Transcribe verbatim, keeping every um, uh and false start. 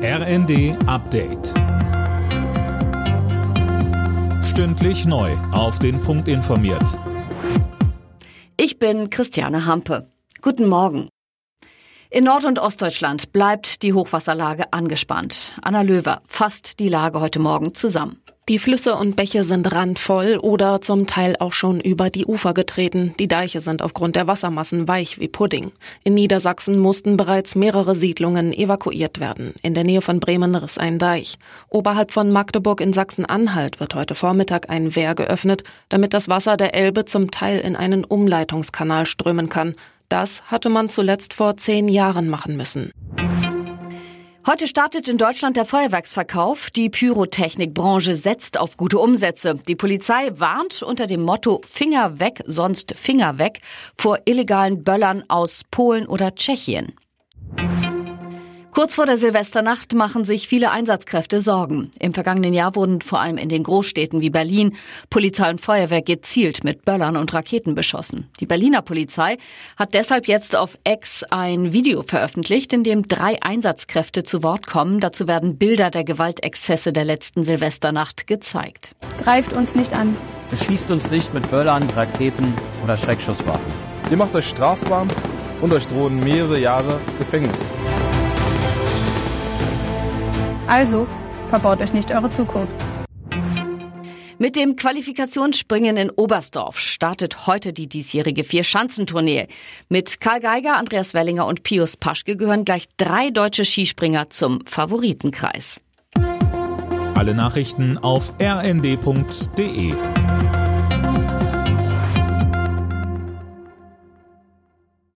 R N D Update. Stündlich neu auf den Punkt informiert. Ich bin Christiane Hampe. Guten Morgen. In Nord- und Ostdeutschland bleibt die Hochwasserlage angespannt. Anna Löwer fasst die Lage heute Morgen zusammen. Die Flüsse und Bäche sind randvoll oder zum Teil auch schon über die Ufer getreten. Die Deiche sind aufgrund der Wassermassen weich wie Pudding. In Niedersachsen mussten bereits mehrere Siedlungen evakuiert werden. In der Nähe von Bremen riss ein Deich. Oberhalb von Magdeburg in Sachsen-Anhalt wird heute Vormittag ein Wehr geöffnet, damit das Wasser der Elbe zum Teil in einen Umleitungskanal strömen kann. Das hatte man zuletzt vor zehn Jahren machen müssen. Heute startet in Deutschland der Feuerwerksverkauf. Die Pyrotechnikbranche setzt auf gute Umsätze. Die Polizei warnt unter dem Motto Finger weg, sonst Finger weg vor illegalen Böllern aus Polen oder Tschechien. Kurz vor der Silvesternacht machen sich viele Einsatzkräfte Sorgen. Im vergangenen Jahr wurden vor allem in den Großstädten wie Berlin Polizei und Feuerwehr gezielt mit Böllern und Raketen beschossen. Die Berliner Polizei hat deshalb jetzt auf X ein Video veröffentlicht, in dem drei Einsatzkräfte zu Wort kommen. Dazu werden Bilder der Gewaltexzesse der letzten Silvesternacht gezeigt. Greift uns nicht an. Es schießt uns nicht mit Böllern, Raketen oder Schreckschusswaffen. Ihr macht euch strafbar und euch drohen mehrere Jahre Gefängnis. Also, verbaut euch nicht eure Zukunft. Mit dem Qualifikationsspringen in Oberstdorf startet heute die diesjährige Vier-Schanzentournee. Mit Karl Geiger, Andreas Wellinger und Pius Paschke gehören gleich drei deutsche Skispringer zum Favoritenkreis. Alle Nachrichten auf r n d punkt d e.